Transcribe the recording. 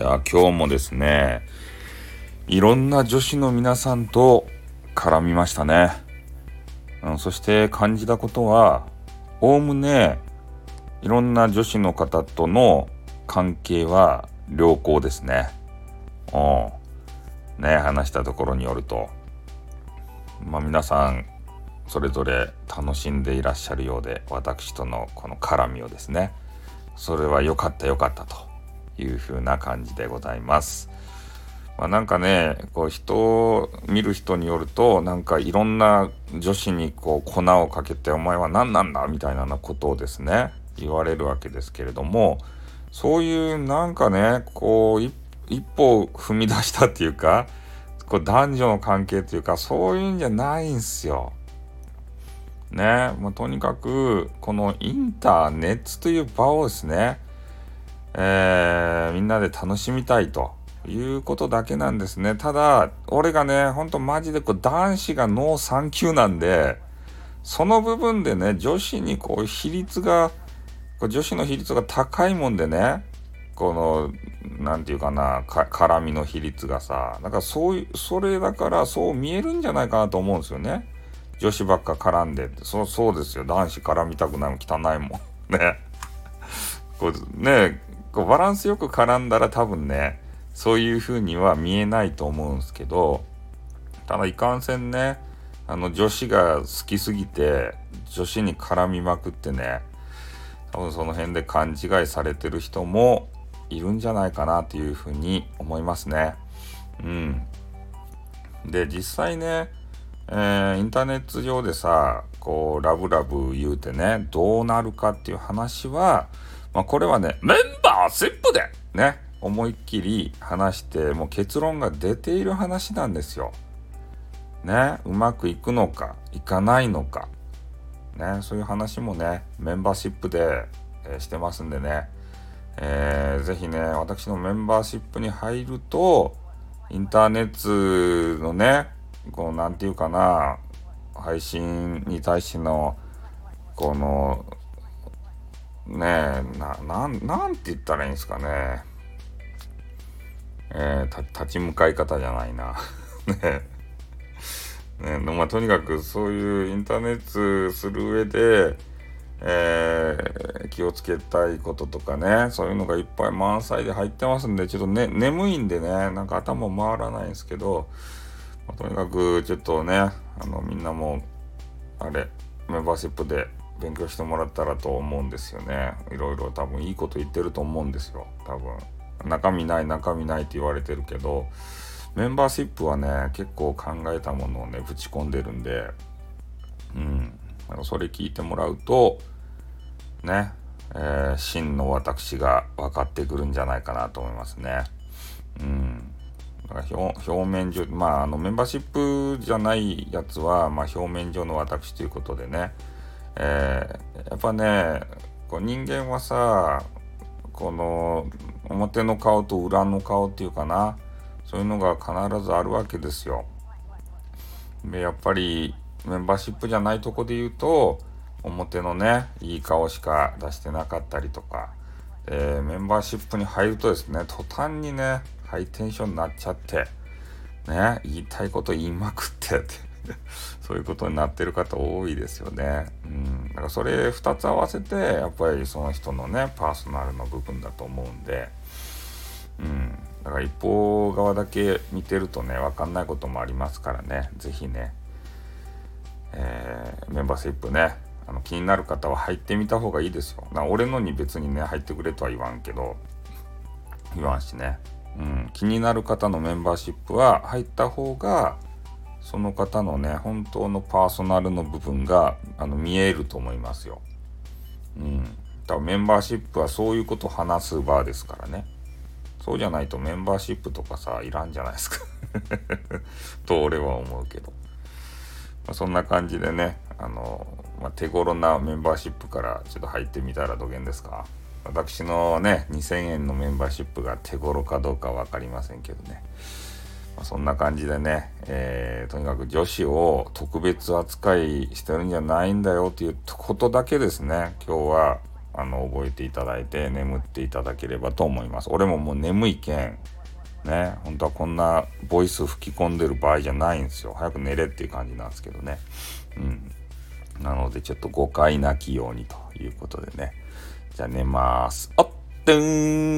や、今日もですね、いろんな女子の皆さんと絡みましたね。そして感じたことは、おおむねいろんな女子の方との関係は良好ですね。話したところによると、皆さんそれぞれ楽しんでいらっしゃるようで、私とのこの絡みをですね、それは良かったという風な感じでございます。なんかね、人を見る人によると、なんかいろんな女子に粉をかけて、お前は何なんだみたいなことをですね、言われるわけですけれども、そういうなんかね、一歩踏み出したっていうか、男女の関係っていうか、そういうんじゃないんすよ。とにかくこのインターネットという場をですね、みんなで楽しみたいということだけなんですね。ただ俺がね、ほんとマジで男子がノーサンキューなんで、その部分でね、女子に比率が女子の比率が高いもんでね、なんていうかな、絡みの比率がさ、だからそれだからそう見えるんじゃないかなと思うんですよね。女子ばっか絡んでって、そうですよ。男子絡みたくないもん、汚いもん。バランスよく絡んだら多分ね、そういう風には見えないと思うんですけど、ただいかんせんね、女子が好きすぎて、女子に絡みまくってね、多分その辺で勘違いされてる人もいるんじゃないかなという風に思いますね。で、実際ね、インターネット上でさ、ラブラブ言うてね、どうなるかっていう話は、これはね、メンバーシップでね、思いっきり話して、もう結論が出ている話なんですよ。ね、うまくいくのか、いかないのか。ね、そういう話もね、メンバーシップで、してますんでね、ぜひね、私のメンバーシップに入ると、インターネットのね、なんていうかな、配信に対しての、なんて言ったらいいんですかね。立ち向かい方じゃないな。とにかくそういうインターネットする上で、気をつけたいこととかね、そういうのがいっぱい満載で入ってますんで、ちょっとね、眠いんでね、なんか頭回らないんですけど、とにかくちょっとね、みんなも、メンバーシップで勉強してもらったらと思うんですよね。いろいろ多分いいこと言ってると思うんですよ。多分。中身ないって言われてるけど、メンバーシップはね、結構考えたものをね、ぶち込んでるんで、それ聞いてもらうと、ね、真の私が分かってくるんじゃないかなと思いますね。だから表面上、メンバーシップじゃないやつは、表面上の私ということでね、やっぱね、人間はさ、この表の顔と裏の顔っていうかな、そういうのが必ずあるわけですよ。で、やっぱりメンバーシップじゃないとこで言うと、表のね、いい顔しか出してなかったりとか、メンバーシップに入るとですね、途端にね、ハイテンションになっちゃって、ね、言いたいこと言いまくってそういうことになってる方多いですよね。だからそれ2つ合わせて、やっぱりその人のね、パーソナルの部分だと思うんで、だから一方側だけ見てるとね、わかんないこともありますからね、ぜひね、メンバーシップね、気になる方は入ってみた方がいいですよ。俺のに別にね、入ってくれとは言わんしね。気になる方のメンバーシップは入った方が、その方のね、本当のパーソナルの部分が見えると思いますよ。多分メンバーシップはそういうことを話す場ですからね。そうじゃないとメンバーシップとかさ、いらんじゃないですかと俺は思うけど。そんな感じでね、手頃なメンバーシップからちょっと入ってみたらどげんですか。私のね、2000円のメンバーシップが手頃かどうかわかりませんけどね。そんな感じでね、とにかく女子を特別扱いしてるんじゃないんだよっていうことだけですね、今日は覚えていただいて眠っていただければと思います。俺ももう眠いけんね、本当はこんなボイス吹き込んでる場合じゃないんですよ。早く寝れっていう感じなんですけどね。なのでちょっと誤解なきようにということでね。じゃあ寝ます。おっとーん。